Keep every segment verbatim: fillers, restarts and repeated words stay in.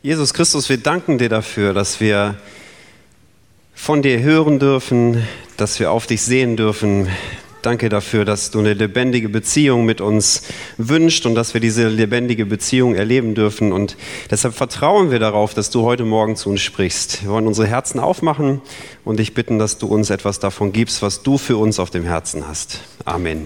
Jesus Christus, wir danken dir dafür, dass wir von dir hören dürfen, dass wir auf dich sehen dürfen. Danke dafür, dass du eine lebendige Beziehung mit uns wünschst und dass wir diese lebendige Beziehung erleben dürfen. Und deshalb vertrauen wir darauf, dass du heute Morgen zu uns sprichst. Wir wollen unsere Herzen aufmachen und dich bitten, dass du uns etwas davon gibst, was du für uns auf dem Herzen hast. Amen.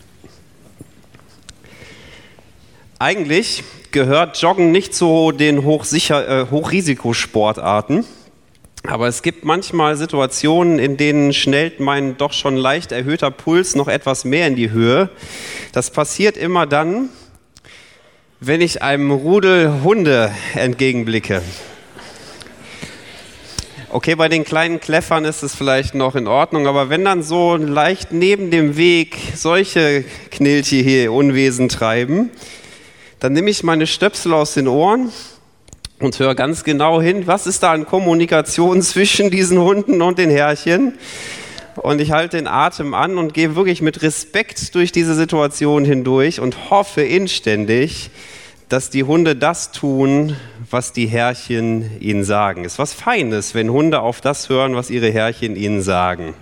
Eigentlich gehört Joggen nicht zu den Hochsicher- äh, Hochrisikosportarten. Aber es gibt manchmal Situationen, in denen schnellt mein doch schon leicht erhöhter Puls noch etwas mehr in die Höhe. Das passiert immer dann, wenn ich einem Rudel Hunde entgegenblicke. Okay, bei den kleinen Kläffern ist es vielleicht noch in Ordnung, aber wenn dann so leicht neben dem Weg solche Knilche hier Unwesen treiben, dann nehme ich meine Stöpsel aus den Ohren und höre ganz genau hin, was ist da an Kommunikation zwischen diesen Hunden und den Herrchen. Und ich halte den Atem an und gehe wirklich mit Respekt durch diese Situation hindurch und hoffe inständig, dass die Hunde das tun, was die Herrchen ihnen sagen. Es ist was Feines, wenn Hunde auf das hören, was ihre Herrchen ihnen sagen.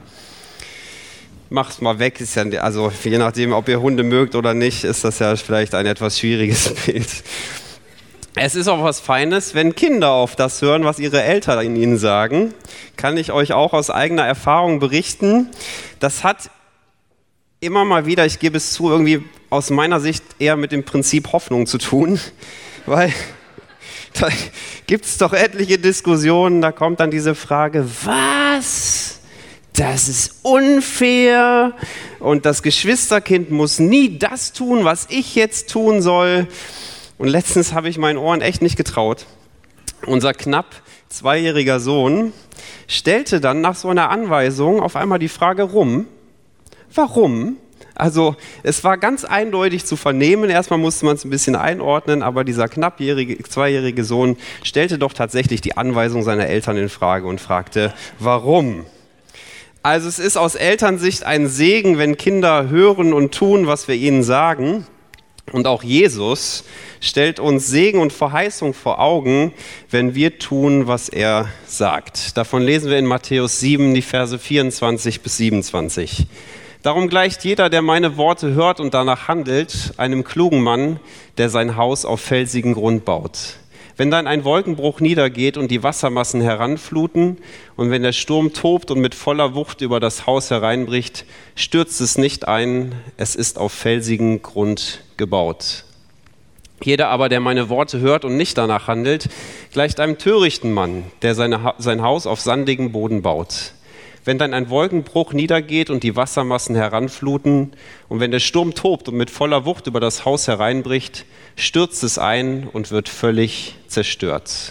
Mach's mal weg, ist ja, also je nachdem, ob ihr Hunde mögt oder nicht, ist das ja vielleicht ein etwas schwieriges Bild. Es ist auch was Feines, wenn Kinder auf das hören, was ihre Eltern ihnen sagen. Kann ich euch auch aus eigener Erfahrung berichten. Das hat immer mal wieder, ich gebe es zu, irgendwie aus meiner Sicht eher mit dem Prinzip Hoffnung zu tun, weil da gibt es doch etliche Diskussionen, da kommt dann diese Frage, was? Das ist unfair und das Geschwisterkind muss nie das tun, was ich jetzt tun soll. Und letztens habe ich meinen Ohren echt nicht getraut. Unser knapp zweijähriger Sohn stellte dann nach so einer Anweisung auf einmal die Frage rum, warum? Also es war ganz eindeutig zu vernehmen, erstmal musste man es ein bisschen einordnen, aber dieser knappjährige, zweijährige Sohn stellte doch tatsächlich die Anweisung seiner Eltern in Frage und fragte, warum? Also es ist aus Elternsicht ein Segen, wenn Kinder hören und tun, was wir ihnen sagen. Und auch Jesus stellt uns Segen und Verheißung vor Augen, wenn wir tun, was er sagt. Davon lesen wir in Matthäus sieben, die Verse vierundzwanzig bis siebenundzwanzig. Darum gleicht jeder, der meine Worte hört und danach handelt, einem klugen Mann, der sein Haus auf felsigen Grund baut. Wenn dann ein Wolkenbruch niedergeht und die Wassermassen heranfluten und wenn der Sturm tobt und mit voller Wucht über das Haus hereinbricht, stürzt es nicht ein, es ist auf felsigen Grund gebaut. Jeder aber, der meine Worte hört und nicht danach handelt, gleicht einem törichten Mann, der seine, sein Haus auf sandigem Boden baut. Wenn dann ein Wolkenbruch niedergeht und die Wassermassen heranfluten und wenn der Sturm tobt und mit voller Wucht über das Haus hereinbricht, stürzt es ein und wird völlig zerstört.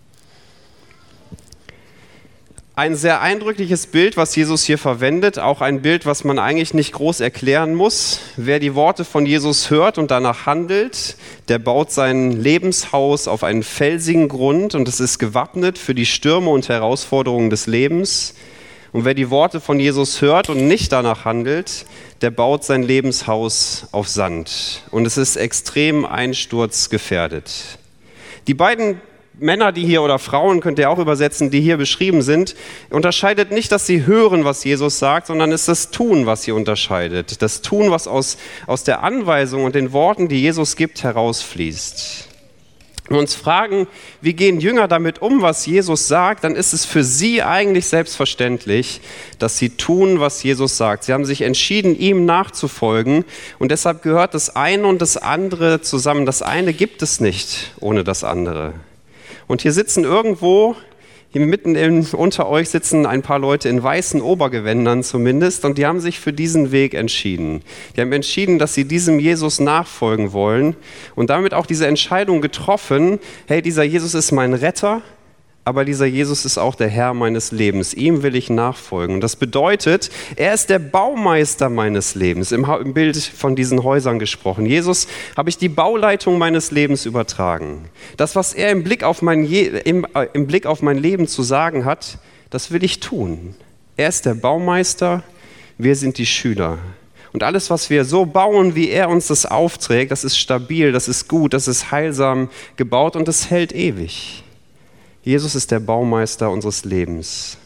Ein sehr eindrückliches Bild, was Jesus hier verwendet, auch ein Bild, was man eigentlich nicht groß erklären muss. Wer die Worte von Jesus hört und danach handelt, der baut sein Lebenshaus auf einen felsigen Grund und es ist gewappnet für die Stürme und Herausforderungen des Lebens. Und wer die Worte von Jesus hört und nicht danach handelt, der baut sein Lebenshaus auf Sand. Und es ist extrem einsturzgefährdet. Die beiden Männer, die hier, oder Frauen, könnt ihr auch übersetzen, die hier beschrieben sind, unterscheidet nicht, dass sie hören, was Jesus sagt, sondern es ist das Tun, was sie unterscheidet. Das Tun, was aus, aus der Anweisung und den Worten, die Jesus gibt, herausfließt. Wenn wir uns fragen, wie gehen Jünger damit um, was Jesus sagt, dann ist es für sie eigentlich selbstverständlich, dass sie tun, was Jesus sagt. Sie haben sich entschieden, ihm nachzufolgen und deshalb gehört das eine und das andere zusammen. Das eine gibt es nicht ohne das andere. Und hier sitzen irgendwo, hier mitten in, unter euch sitzen ein paar Leute in weißen Obergewändern zumindest und die haben sich für diesen Weg entschieden. Die haben entschieden, dass sie diesem Jesus nachfolgen wollen und damit auch diese Entscheidung getroffen, hey, dieser Jesus ist mein Retter, aber dieser Jesus ist auch der Herr meines Lebens. Ihm will ich nachfolgen. Und das bedeutet, er ist der Baumeister meines Lebens, im Bild von diesen Häusern gesprochen. Jesus habe ich die Bauleitung meines Lebens übertragen. Das, was er im Blick auf mein, im, im Blick auf mein Leben zu sagen hat, das will ich tun. Er ist der Baumeister, wir sind die Schüler. Und alles, was wir so bauen, wie er uns das aufträgt, das ist stabil, das ist gut, das ist heilsam gebaut und das hält ewig. Jesus ist der Baumeister unseres Lebens.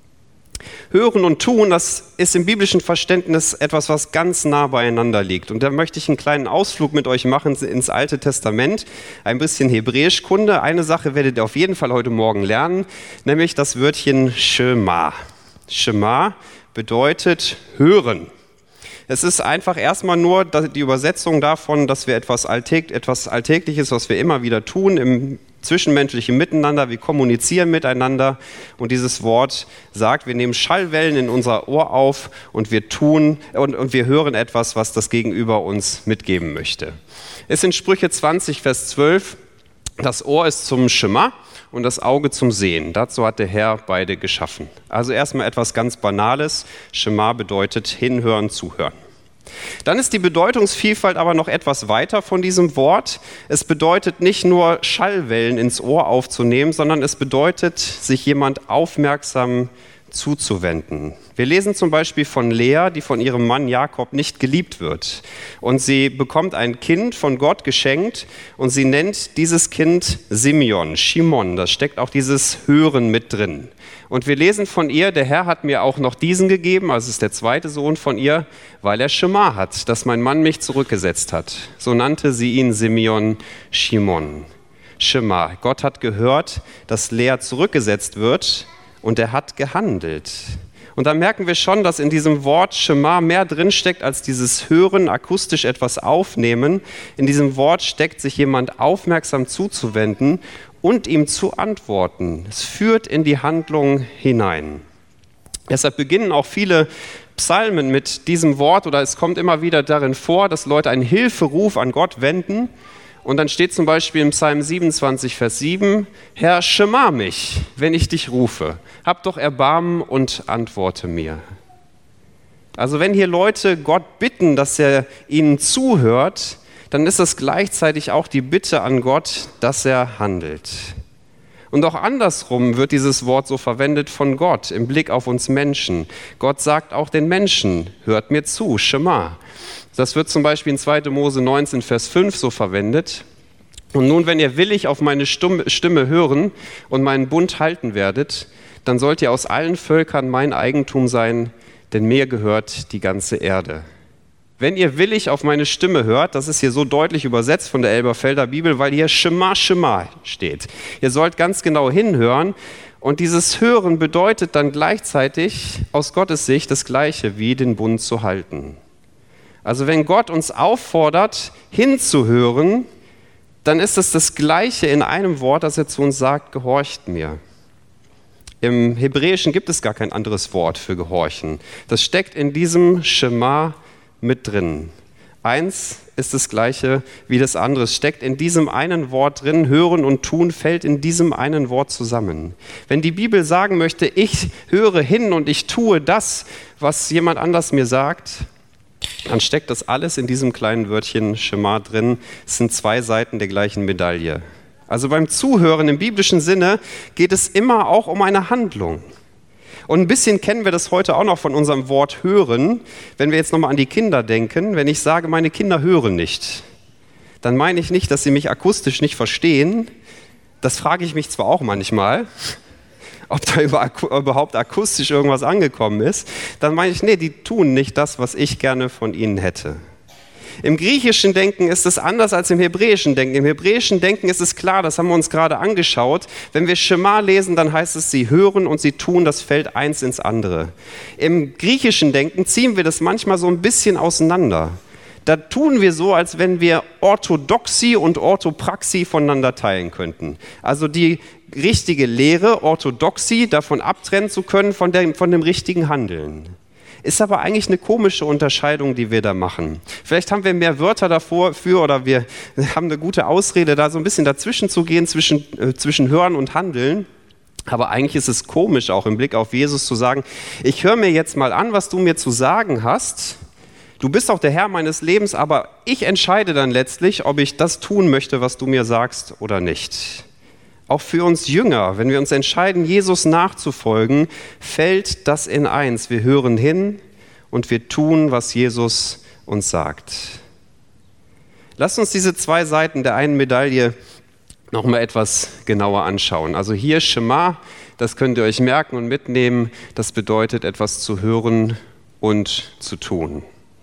Hören und tun, das ist im biblischen Verständnis etwas, was ganz nah beieinander liegt. Und da möchte ich einen kleinen Ausflug mit euch machen ins Alte Testament, ein bisschen Hebräischkunde. Eine Sache werdet ihr auf jeden Fall heute Morgen lernen, nämlich das Wörtchen Shema. Shema bedeutet hören. Es ist einfach erstmal nur die Übersetzung davon, dass wir etwas, Alltäg- etwas Alltägliches, was wir immer wieder tun, im zwischenmenschlichen Miteinander, wir kommunizieren miteinander und dieses Wort sagt, wir nehmen Schallwellen in unser Ohr auf und wir tun und, und wir hören etwas, was das Gegenüber uns mitgeben möchte. Es ist in Sprüche zwanzig, Vers zwölf, das Ohr ist zum Schema und das Auge zum Sehen. Dazu hat der Herr beide geschaffen. Also erstmal etwas ganz Banales. Schema bedeutet hinhören, zuhören. Dann ist die Bedeutungsvielfalt aber noch etwas weiter von diesem Wort. Es bedeutet nicht nur Schallwellen ins Ohr aufzunehmen, sondern es bedeutet, sich jemand aufmerksam zuzuwenden. Wir lesen zum Beispiel von Lea, die von ihrem Mann Jakob nicht geliebt wird. Und sie bekommt ein Kind von Gott geschenkt und sie nennt dieses Kind Simeon, Shimon. Da steckt auch dieses Hören mit drin. Und wir lesen von ihr, der Herr hat mir auch noch diesen gegeben, also es ist der zweite Sohn von ihr, weil er Schema hat, dass mein Mann mich zurückgesetzt hat. So nannte sie ihn Simeon Shimon. Schema. Gott hat gehört, dass Lea zurückgesetzt wird und er hat gehandelt. Und da merken wir schon, dass in diesem Wort Schema mehr drinsteckt als dieses Hören, akustisch etwas aufnehmen. In diesem Wort steckt, sich jemand aufmerksam zuzuwenden und ihm zu antworten. Es führt in die Handlung hinein. Deshalb beginnen auch viele Psalmen mit diesem Wort oder es kommt immer wieder darin vor, dass Leute einen Hilferuf an Gott wenden. Und dann steht zum Beispiel im Psalm siebenundzwanzig, Vers sieben, Herr, schema mich, wenn ich dich rufe. Hab doch Erbarmen und antworte mir. Also wenn hier Leute Gott bitten, dass er ihnen zuhört, dann ist das gleichzeitig auch die Bitte an Gott, dass er handelt. Und auch andersrum wird dieses Wort so verwendet von Gott im Blick auf uns Menschen. Gott sagt auch den Menschen, hört mir zu, Schema. Das wird zum Beispiel in zweiter Mose neunzehn, Vers fünf so verwendet. Und nun, wenn ihr willig auf meine Stimme hören und meinen Bund halten werdet, dann sollt ihr aus allen Völkern mein Eigentum sein, denn mir gehört die ganze Erde. Wenn ihr willig auf meine Stimme hört, das ist hier so deutlich übersetzt von der Elberfelder Bibel, weil hier Schema, Schema steht. Ihr sollt ganz genau hinhören und dieses Hören bedeutet dann gleichzeitig aus Gottes Sicht das Gleiche wie den Bund zu halten. Also wenn Gott uns auffordert, hinzuhören, dann ist es das Gleiche in einem Wort, das er zu uns sagt, gehorcht mir. Im Hebräischen gibt es gar kein anderes Wort für gehorchen. Das steckt in diesem Schema mit drin. Eins ist das Gleiche wie das andere. Es steckt in diesem einen Wort drin. Hören und tun fällt in diesem einen Wort zusammen. Wenn die Bibel sagen möchte, ich höre hin und ich tue das, was jemand anders mir sagt, dann steckt das alles in diesem kleinen Wörtchen Schema drin. Es sind zwei Seiten der gleichen Medaille. Also beim Zuhören im biblischen Sinne geht es immer auch um eine Handlung. Und ein bisschen kennen wir das heute auch noch von unserem Wort hören. Wenn wir jetzt nochmal an die Kinder denken, wenn ich sage, meine Kinder hören nicht, dann meine ich nicht, dass sie mich akustisch nicht verstehen. Das frage ich mich zwar auch manchmal, ob da überhaupt akustisch irgendwas angekommen ist. Dann meine ich, nee, die tun nicht das, was ich gerne von ihnen hätte. Im griechischen Denken ist es anders als im hebräischen Denken. Im hebräischen Denken ist es klar, das haben wir uns gerade angeschaut. Wenn wir Schema lesen, dann heißt es, sie hören und sie tun, das fällt eins ins andere. Im griechischen Denken ziehen wir das manchmal so ein bisschen auseinander. Da tun wir so, als wenn wir Orthodoxie und Orthopraxie voneinander teilen könnten. Also die richtige Lehre, Orthodoxie, davon abtrennen zu können von, der, von dem richtigen Handeln. Ist aber eigentlich eine komische Unterscheidung, die wir da machen. Vielleicht haben wir mehr Wörter davor für oder wir haben eine gute Ausrede, da so ein bisschen dazwischen zu gehen, zwischen, äh, zwischen Hören und Handeln. Aber eigentlich ist es komisch, auch im Blick auf Jesus zu sagen, ich höre mir jetzt mal an, was du mir zu sagen hast. Du bist auch der Herr meines Lebens, aber ich entscheide dann letztlich, ob ich das tun möchte, was du mir sagst oder nicht. Auch für uns Jünger, wenn wir uns entscheiden, Jesus nachzufolgen, fällt das in eins. Wir hören hin und wir tun, was Jesus uns sagt. Lasst uns diese zwei Seiten der einen Medaille noch mal etwas genauer anschauen. Also hier Schema, das könnt ihr euch merken und mitnehmen. Das bedeutet, etwas zu hören und zu tun.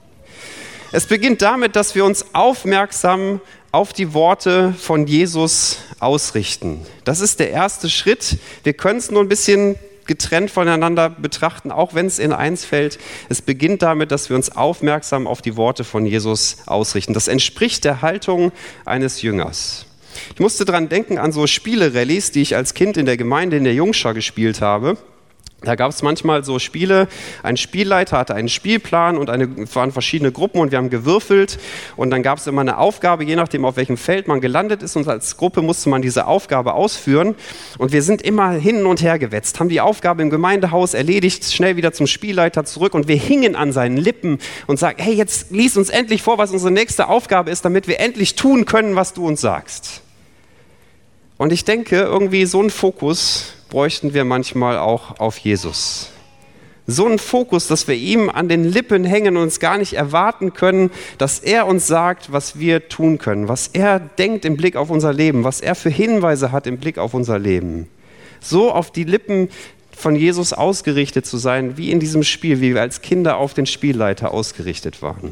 Es beginnt damit, dass wir uns aufmerksam auf die Worte von Jesus ausrichten. Das ist der erste Schritt. Wir können es nur ein bisschen getrennt voneinander betrachten, auch wenn es in eins fällt. Es beginnt damit, dass wir uns aufmerksam auf die Worte von Jesus ausrichten. Das entspricht der Haltung eines Jüngers. Ich musste dran denken an so Spielerallies, die ich als Kind in der Gemeinde in der Jungschar gespielt habe. Da gab es manchmal so Spiele, ein Spielleiter hatte einen Spielplan und eine, es waren verschiedene Gruppen und wir haben gewürfelt und dann gab es immer eine Aufgabe, je nachdem auf welchem Feld man gelandet ist und als Gruppe musste man diese Aufgabe ausführen und wir sind immer hin und her gewetzt, haben die Aufgabe im Gemeindehaus erledigt, schnell wieder zum Spielleiter zurück und wir hingen an seinen Lippen und sagten, hey, jetzt lies uns endlich vor, was unsere nächste Aufgabe ist, damit wir endlich tun können, was du uns sagst. Und ich denke, irgendwie so einen Fokus bräuchten wir manchmal auch auf Jesus. So einen Fokus, dass wir ihm an den Lippen hängen und uns gar nicht erwarten können, dass er uns sagt, was wir tun können, was er denkt im Blick auf unser Leben, was er für Hinweise hat im Blick auf unser Leben. So auf die Lippen von Jesus ausgerichtet zu sein, wie in diesem Spiel, wie wir als Kinder auf den Spielleiter ausgerichtet waren.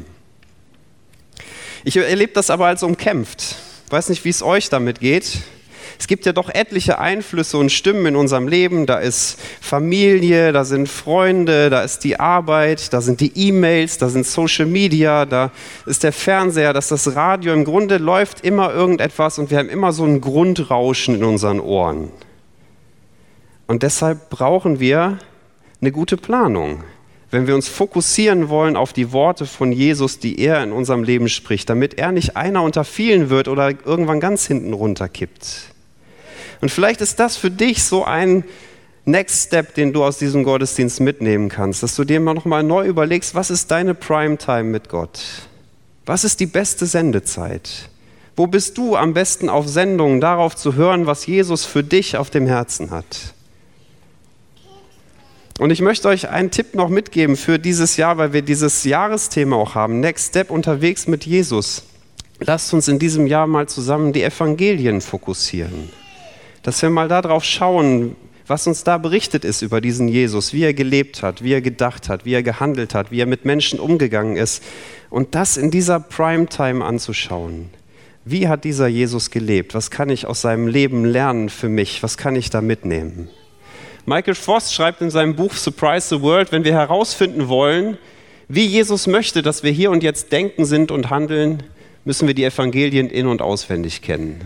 Ich erlebe das aber als umkämpft. Ich weiß nicht, wie es euch damit geht. Es gibt ja doch etliche Einflüsse und Stimmen in unserem Leben. Da ist Familie, da sind Freunde, da ist die Arbeit, da sind die E-Mails, da sind Social Media, da ist der Fernseher, da ist das Radio. Im Grunde läuft immer irgendetwas und wir haben immer so ein Grundrauschen in unseren Ohren. Und deshalb brauchen wir eine gute Planung, wenn wir uns fokussieren wollen auf die Worte von Jesus, die er in unserem Leben spricht, damit er nicht einer unter vielen wird oder irgendwann ganz hinten runterkippt. Und vielleicht ist das für dich so ein Next Step, den du aus diesem Gottesdienst mitnehmen kannst, dass du dir mal noch mal neu überlegst, was ist deine Primetime mit Gott? Was ist die beste Sendezeit? Wo bist du am besten auf Sendung, darauf zu hören, was Jesus für dich auf dem Herzen hat? Und ich möchte euch einen Tipp noch mitgeben für dieses Jahr, weil wir dieses Jahresthema auch haben, Next Step unterwegs mit Jesus. Lasst uns in diesem Jahr mal zusammen die Evangelien fokussieren. Dass wir mal darauf schauen, was uns da berichtet ist über diesen Jesus, wie er gelebt hat, wie er gedacht hat, wie er gehandelt hat, wie er mit Menschen umgegangen ist. Und das in dieser Primetime anzuschauen. Wie hat dieser Jesus gelebt? Was kann ich aus seinem Leben lernen für mich? Was kann ich da mitnehmen? Michael Voss schreibt in seinem Buch Surprise the World, wenn wir herausfinden wollen, wie Jesus möchte, dass wir hier und jetzt denken, sind und handeln, müssen wir die Evangelien in- und auswendig kennen.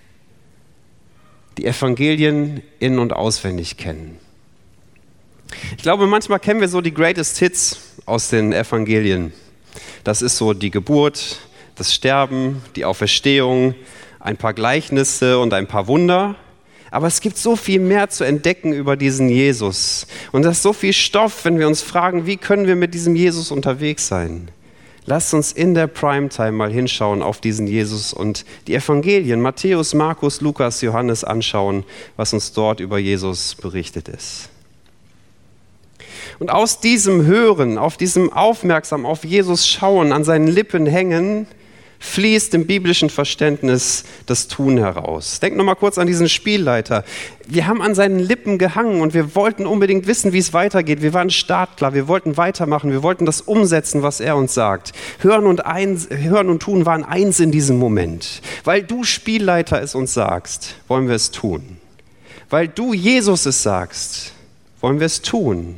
Die Evangelien in- und auswendig kennen. Ich glaube, manchmal kennen wir so die Greatest Hits aus den Evangelien. Das ist so die Geburt, das Sterben, die Auferstehung, ein paar Gleichnisse und ein paar Wunder. Aber es gibt so viel mehr zu entdecken über diesen Jesus. Und das ist so viel Stoff, wenn wir uns fragen, wie können wir mit diesem Jesus unterwegs sein? Lasst uns in der Primetime mal hinschauen auf diesen Jesus und die Evangelien, Matthäus, Markus, Lukas, Johannes anschauen, was uns dort über Jesus berichtet ist. Und aus diesem Hören, auf diesem Aufmerksam auf Jesus schauen, an seinen Lippen hängen, fließt im biblischen Verständnis das Tun heraus. Denk nochmal kurz an diesen Spielleiter. Wir haben an seinen Lippen gehangen und wir wollten unbedingt wissen, wie es weitergeht. Wir waren startklar, wir wollten weitermachen, wir wollten das umsetzen, was er uns sagt. Hören und, eins, Hören und Tun waren eins in diesem Moment. Weil du Spielleiter es uns sagst, wollen wir es tun. Weil du Jesus es sagst, wollen wir es tun.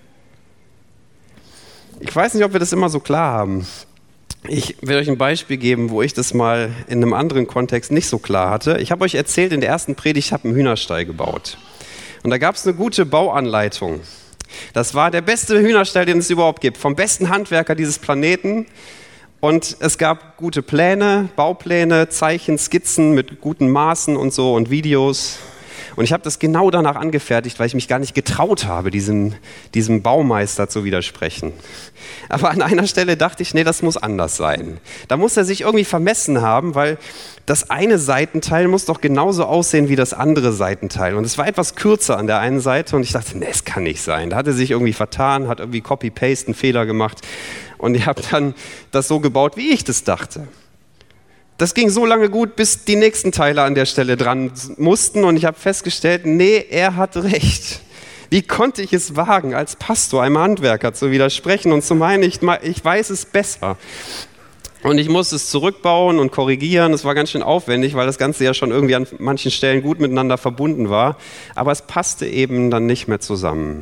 Ich weiß nicht, ob wir das immer so klar haben. Ich will euch ein Beispiel geben, wo ich das mal in einem anderen Kontext nicht so klar hatte. Ich habe euch erzählt in der ersten Predigt, ich habe einen Hühnerstall gebaut. Und da gab es eine gute Bauanleitung. Das war der beste Hühnerstall, den es überhaupt gibt, vom besten Handwerker dieses Planeten. Und es gab gute Pläne, Baupläne, Zeichen, Skizzen mit guten Maßen und so und Videos. Und ich habe das genau danach angefertigt, weil ich mich gar nicht getraut getraut habe, diesem, diesem Baumeister zu widersprechen. Aber an einer Stelle dachte ich, nee, das muss anders sein. Da muss er sich irgendwie vermessen haben, weil das eine Seitenteil muss doch genauso aussehen wie das andere Seitenteil. Und es war etwas kürzer an der einen Seite und ich dachte, nee, es kann nicht sein. Da hat er sich irgendwie vertan, hat irgendwie Copy-Paste einen Fehler gemacht und ich habe dann das so gebaut, wie ich das dachte. Das ging so lange gut, bis die nächsten Teile an der Stelle dran mussten und ich habe festgestellt, nee, er hat recht. Wie konnte ich es wagen, als Pastor einem Handwerker zu widersprechen und zu meinen, ich, ich weiß es besser. Und ich musste es zurückbauen und korrigieren. Es war ganz schön aufwendig, weil das Ganze ja schon irgendwie an manchen Stellen gut miteinander verbunden war. Aber es passte eben dann nicht mehr zusammen.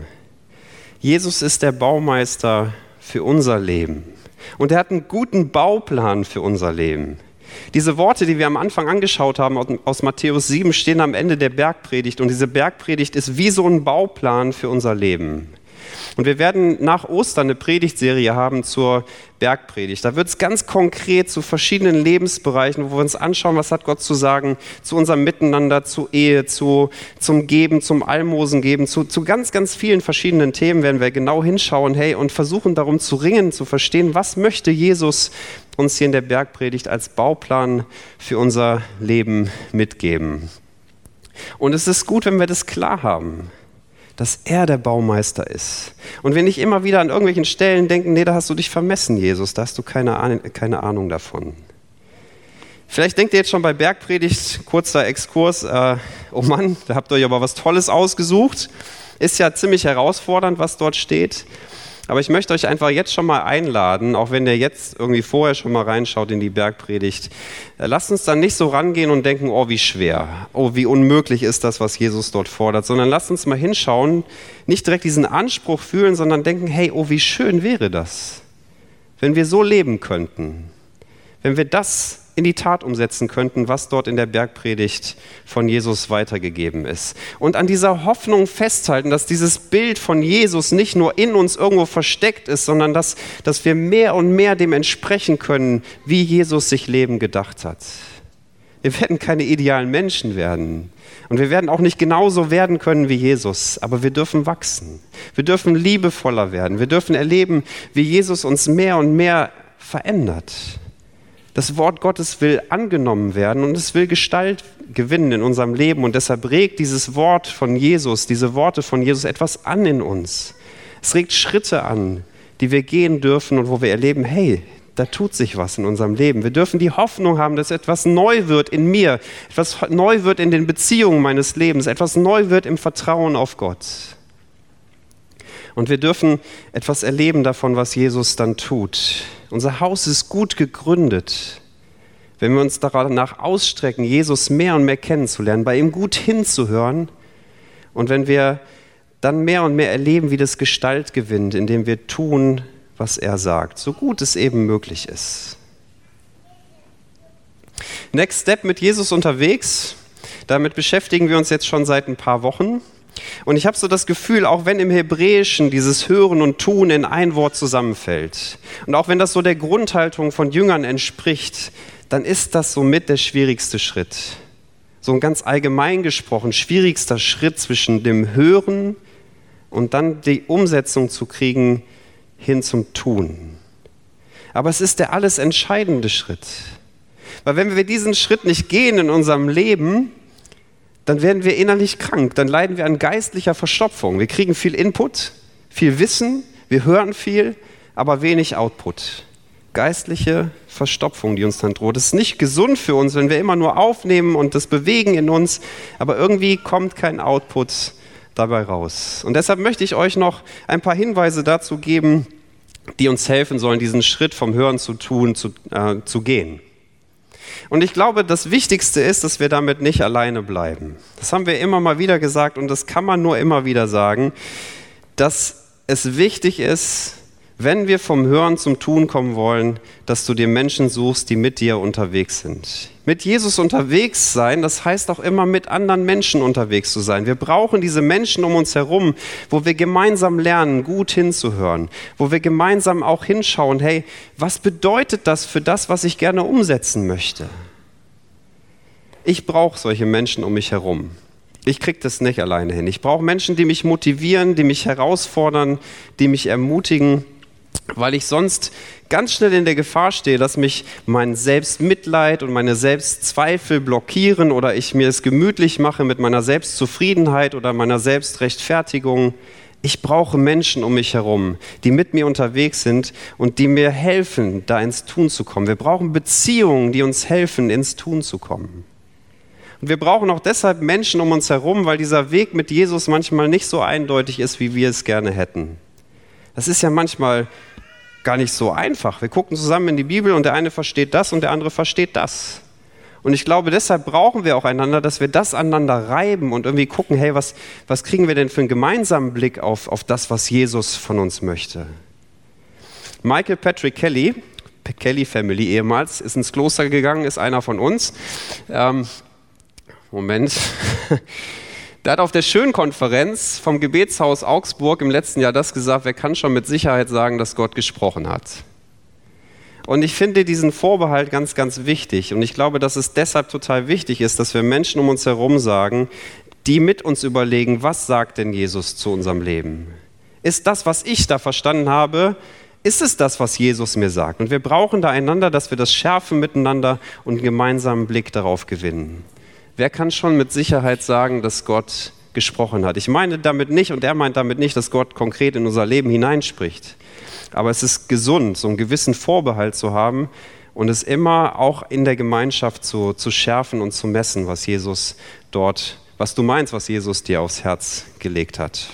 Jesus ist der Baumeister für unser Leben. Und er hat einen guten Bauplan für unser Leben. Diese Worte, die wir am Anfang angeschaut haben aus Matthäus sieben, stehen am Ende der Bergpredigt. Und diese Bergpredigt ist wie so ein Bauplan für unser Leben. Und wir werden nach Ostern eine Predigtserie haben zur Bergpredigt. Da wird es ganz konkret zu verschiedenen Lebensbereichen, wo wir uns anschauen, was hat Gott zu sagen, zu unserem Miteinander, zu Ehe, zu, zum Geben, zum Almosengeben, zu, zu ganz, ganz vielen verschiedenen Themen werden wir genau hinschauen, hey, und versuchen darum zu ringen, zu verstehen, was möchte Jesus uns hier in der Bergpredigt als Bauplan für unser Leben mitgeben. Und es ist gut, wenn wir das klar haben, dass er der Baumeister ist. Und wir nicht immer wieder an irgendwelchen Stellen denken, nee, da hast du dich vermessen, Jesus, da hast du keine Ahnung, keine Ahnung davon. Vielleicht denkt ihr jetzt schon bei Bergpredigt, kurzer Exkurs, äh, oh Mann, da habt ihr euch aber was Tolles ausgesucht. Ist ja ziemlich herausfordernd, was dort steht. Aber ich möchte euch einfach jetzt schon mal einladen, auch wenn ihr jetzt irgendwie vorher schon mal reinschaut in die Bergpredigt, lasst uns dann nicht so rangehen und denken, oh wie schwer, oh wie unmöglich ist das, was Jesus dort fordert, sondern lasst uns mal hinschauen, nicht direkt diesen Anspruch fühlen, sondern denken, hey, oh wie schön wäre das, wenn wir so leben könnten, wenn wir das in die Tat umsetzen könnten, was dort in der Bergpredigt von Jesus weitergegeben ist. Und an dieser Hoffnung festhalten, dass dieses Bild von Jesus nicht nur in uns irgendwo versteckt ist, sondern dass, dass wir mehr und mehr dem entsprechen können, wie Jesus sich Leben gedacht hat. Wir werden keine idealen Menschen werden. Und wir werden auch nicht genauso werden können wie Jesus, aber wir dürfen wachsen. Wir dürfen liebevoller werden. Wir dürfen erleben, wie Jesus uns mehr und mehr verändert. Das Wort Gottes will angenommen werden und es will Gestalt gewinnen in unserem Leben. Und deshalb regt dieses Wort von Jesus, diese Worte von Jesus etwas an in uns. Es regt Schritte an, die wir gehen dürfen und wo wir erleben, hey, da tut sich was in unserem Leben. Wir dürfen die Hoffnung haben, dass etwas neu wird in mir, etwas neu wird in den Beziehungen meines Lebens, etwas neu wird im Vertrauen auf Gott. Und wir dürfen etwas erleben davon, was Jesus dann tut. Unser Haus ist gut gegründet, wenn wir uns danach ausstrecken, Jesus mehr und mehr kennenzulernen, bei ihm gut hinzuhören und wenn wir dann mehr und mehr erleben, wie das Gestalt gewinnt, indem wir tun, was er sagt, so gut es eben möglich ist. Next Step mit Jesus unterwegs, damit beschäftigen wir uns jetzt schon seit ein paar Wochen. Und ich habe so das Gefühl, auch wenn im Hebräischen dieses Hören und Tun in ein Wort zusammenfällt und auch wenn das so der Grundhaltung von Jüngern entspricht, dann ist das somit der schwierigste Schritt. So ein ganz allgemein gesprochen, schwierigster Schritt zwischen dem Hören und dann die Umsetzung zu kriegen hin zum Tun. Aber es ist der alles entscheidende Schritt. Weil wenn wir diesen Schritt nicht gehen in unserem Leben, dann werden wir innerlich krank, dann leiden wir an geistlicher Verstopfung. Wir kriegen viel Input, viel Wissen, wir hören viel, aber wenig Output. Geistliche Verstopfung, die uns dann droht. Das ist nicht gesund für uns, wenn wir immer nur aufnehmen und das bewegen in uns, aber irgendwie kommt kein Output dabei raus. Und deshalb möchte ich euch noch ein paar Hinweise dazu geben, die uns helfen sollen, diesen Schritt vom Hören zu tun, zu, äh, zu gehen. Und ich glaube, das Wichtigste ist, dass wir damit nicht alleine bleiben. Das haben wir immer mal wieder gesagt und das kann man nur immer wieder sagen, dass es wichtig ist, wenn wir vom Hören zum Tun kommen wollen, dass du dir Menschen suchst, die mit dir unterwegs sind. Mit Jesus unterwegs sein, das heißt auch immer mit anderen Menschen unterwegs zu sein. Wir brauchen diese Menschen um uns herum, wo wir gemeinsam lernen, gut hinzuhören, wo wir gemeinsam auch hinschauen, hey, was bedeutet das für das, was ich gerne umsetzen möchte? Ich brauche solche Menschen um mich herum. Ich kriege das nicht alleine hin. Ich brauche Menschen, die mich motivieren, die mich herausfordern, die mich ermutigen, weil ich sonst ganz schnell in der Gefahr stehe, dass mich mein Selbstmitleid und meine Selbstzweifel blockieren oder ich mir es gemütlich mache mit meiner Selbstzufriedenheit oder meiner Selbstrechtfertigung. Ich brauche Menschen um mich herum, die mit mir unterwegs sind und die mir helfen, da ins Tun zu kommen. Wir brauchen Beziehungen, die uns helfen, ins Tun zu kommen. Und wir brauchen auch deshalb Menschen um uns herum, weil dieser Weg mit Jesus manchmal nicht so eindeutig ist, wie wir es gerne hätten. Das ist ja manchmal gar nicht so einfach. Wir gucken zusammen in die Bibel und der eine versteht das und der andere versteht das. Und ich glaube, deshalb brauchen wir auch einander, dass wir das aneinander reiben und irgendwie gucken, hey, was, was kriegen wir denn für einen gemeinsamen Blick auf, auf das, was Jesus von uns möchte. Michael Patrick Kelly, Kelly Family ehemals, ist ins Kloster gegangen, ist einer von uns. Ähm, Moment. Der hat auf der Schönkonferenz vom Gebetshaus Augsburg im letzten Jahr das gesagt, wer kann schon mit Sicherheit sagen, dass Gott gesprochen hat. Und ich finde diesen Vorbehalt ganz, ganz wichtig. Und ich glaube, dass es deshalb total wichtig ist, dass wir Menschen um uns herum sagen, die mit uns überlegen, was sagt denn Jesus zu unserem Leben? Ist das, was ich da verstanden habe, ist es das, was Jesus mir sagt? Und wir brauchen da einander, dass wir das schärfen miteinander und einen gemeinsamen Blick darauf gewinnen. Wer kann schon mit Sicherheit sagen, dass Gott gesprochen hat? Ich meine damit nicht, und er meint damit nicht, dass Gott konkret in unser Leben hineinspricht. Aber es ist gesund, so einen gewissen Vorbehalt zu haben und es immer auch in der Gemeinschaft zu, zu schärfen und zu messen, was Jesus dort, was du meinst, was Jesus dir aufs Herz gelegt hat.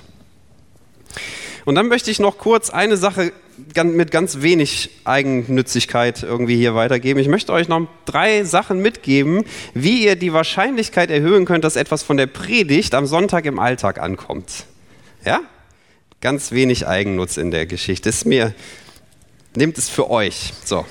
Und dann möchte ich noch kurz eine Sache mit ganz wenig Eigennützigkeit irgendwie hier weitergeben. Ich möchte euch noch drei Sachen mitgeben, wie ihr die Wahrscheinlichkeit erhöhen könnt, dass etwas von der Predigt am Sonntag im Alltag ankommt. Ja? Ganz wenig Eigennutz in der Geschichte. Ist mir, nehmt es für euch. So.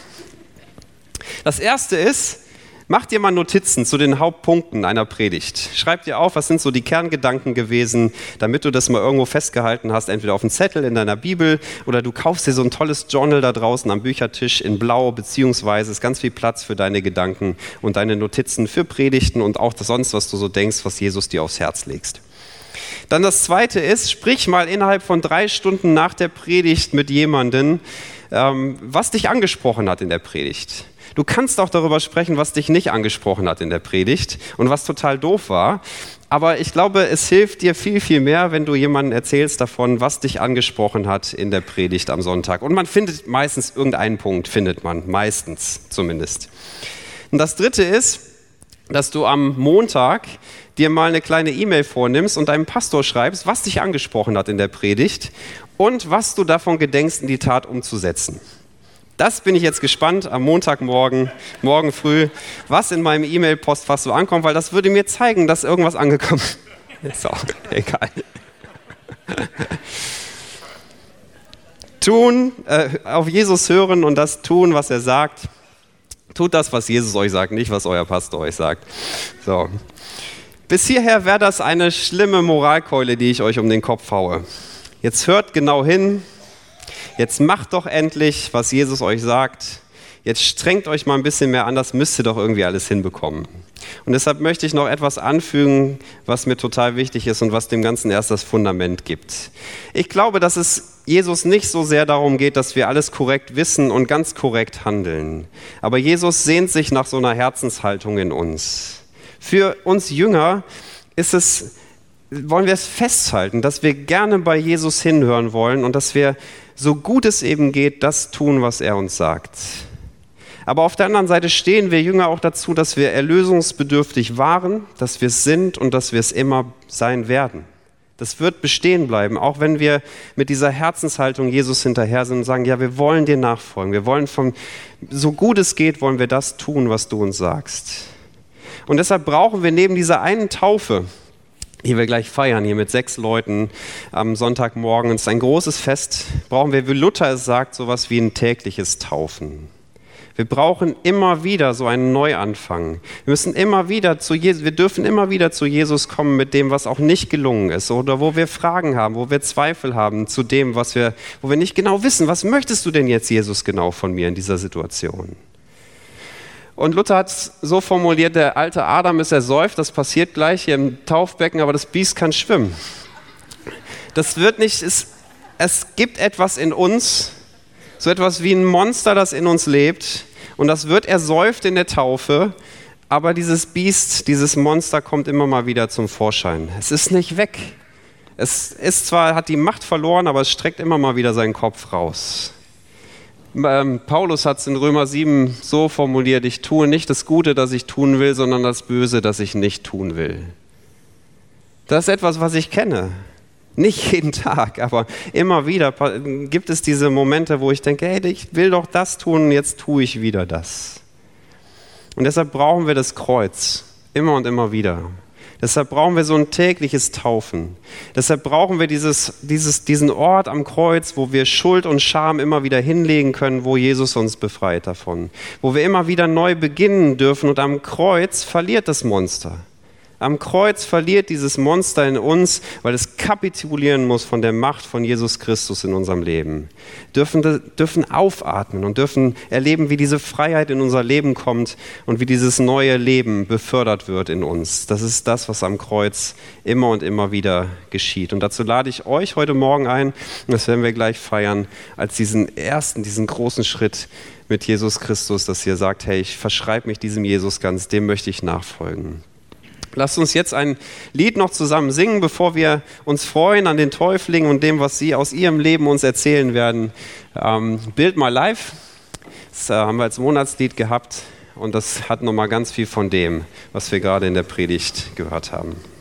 Das erste ist, macht dir mal Notizen zu den Hauptpunkten einer Predigt. Schreib dir auf, was sind so die Kerngedanken gewesen, damit du das mal irgendwo festgehalten hast, entweder auf einem Zettel in deiner Bibel oder du kaufst dir so ein tolles Journal da draußen am Büchertisch in Blau, beziehungsweise ist ganz viel Platz für deine Gedanken und deine Notizen für Predigten und auch das sonst, was du so denkst, was Jesus dir aufs Herz legst. Dann das zweite ist, sprich mal innerhalb von drei Stunden nach der Predigt mit jemandem, ähm, was dich angesprochen hat in der Predigt. Du kannst auch darüber sprechen, was dich nicht angesprochen hat in der Predigt und was total doof war. Aber ich glaube, es hilft dir viel, viel mehr, wenn du jemandem erzählst davon, was dich angesprochen hat in der Predigt am Sonntag. Und man findet meistens irgendeinen Punkt, findet man, meistens zumindest. Und das dritte ist, dass du am Montag dir mal eine kleine E-Mail vornimmst und deinem Pastor schreibst, was dich angesprochen hat in der Predigt und was du davon gedenkst, in die Tat umzusetzen. Das bin ich jetzt gespannt am Montagmorgen, morgen früh, was in meinem E-Mail-Postfach so ankommt, weil das würde mir zeigen, dass irgendwas angekommen ist. Ist auch egal. Tun, äh, auf Jesus hören und das tun, was er sagt. Tut das, was Jesus euch sagt, nicht was euer Pastor euch sagt. So. Bis hierher wäre das eine schlimme Moralkeule, die ich euch um den Kopf haue. Jetzt hört genau hin. Jetzt macht doch endlich, was Jesus euch sagt. Jetzt strengt euch mal ein bisschen mehr an, das müsst ihr doch irgendwie alles hinbekommen. Und deshalb möchte ich noch etwas anfügen, was mir total wichtig ist und was dem Ganzen erst das Fundament gibt. Ich glaube, dass es Jesus nicht so sehr darum geht, dass wir alles korrekt wissen und ganz korrekt handeln. Aber Jesus sehnt sich nach so einer Herzenshaltung in uns. Für uns Jünger ist es, wollen wir es festhalten, dass wir gerne bei Jesus hinhören wollen und dass wir, so gut es eben geht, das tun, was er uns sagt. Aber auf der anderen Seite stehen wir Jünger auch dazu, dass wir erlösungsbedürftig waren, dass wir es sind und dass wir es immer sein werden. Das wird bestehen bleiben, auch wenn wir mit dieser Herzenshaltung Jesus hinterher sind und sagen, ja, wir wollen dir nachfolgen. Wir wollen von, so gut es geht, wollen wir das tun, was du uns sagst. Und deshalb brauchen wir neben dieser einen Taufe, die wir gleich feiern, hier mit sechs Leuten am Sonntagmorgen, es ist ein großes Fest, brauchen wir, wie Luther es sagt, sowas wie ein tägliches Taufen. Wir brauchen immer wieder so einen Neuanfang. Wir müssen immer wieder zu Jesus, wir dürfen immer wieder zu Jesus kommen mit dem, was auch nicht gelungen ist oder wo wir Fragen haben, wo wir Zweifel haben zu dem, was wir, wo wir nicht genau wissen, was möchtest du denn jetzt, Jesus, genau von mir in dieser Situation? Und Luther hat es so formuliert, der alte Adam ist ersäuft, das passiert gleich hier im Taufbecken, aber das Biest kann schwimmen. Das wird nicht, es, es gibt etwas in uns, so etwas wie ein Monster, das in uns lebt, und das wird ersäuft in der Taufe, aber dieses Biest, dieses Monster kommt immer mal wieder zum Vorschein. Es ist nicht weg. Es ist zwar, hat die Macht verloren, aber es streckt immer mal wieder seinen Kopf raus. Ähm, Paulus hat es in Römer sieben so formuliert: Ich tue nicht das Gute, das ich tun will, sondern das Böse, das ich nicht tun will. Das ist etwas, was ich kenne. Nicht jeden Tag, aber immer wieder gibt es diese Momente, wo ich denke, hey, ich will doch das tun, jetzt tue ich wieder das. Und deshalb brauchen wir das Kreuz, immer und immer wieder. Deshalb brauchen wir so ein tägliches Taufen. Deshalb brauchen wir dieses, dieses, diesen Ort am Kreuz, wo wir Schuld und Scham immer wieder hinlegen können, wo Jesus uns befreit davon. Wo wir immer wieder neu beginnen dürfen, und am Kreuz verliert das Monster. Am Kreuz verliert dieses Monster in uns, weil es kapitulieren muss von der Macht von Jesus Christus in unserem Leben. Dürfen, dürfen aufatmen und dürfen erleben, wie diese Freiheit in unser Leben kommt und wie dieses neue Leben befördert wird in uns. Das ist das, was am Kreuz immer und immer wieder geschieht. Und dazu lade ich euch heute Morgen ein, und das werden wir gleich feiern, als diesen ersten, diesen großen Schritt mit Jesus Christus, dass ihr sagt, hey, ich verschreibe mich diesem Jesus ganz, dem möchte ich nachfolgen. Lasst uns jetzt ein Lied noch zusammen singen, bevor wir uns freuen an den Täuflingen und dem, was sie aus ihrem Leben uns erzählen werden. Ähm, Build My Life, das äh, haben wir als Monatslied gehabt, und das hat nochmal ganz viel von dem, was wir gerade in der Predigt gehört haben.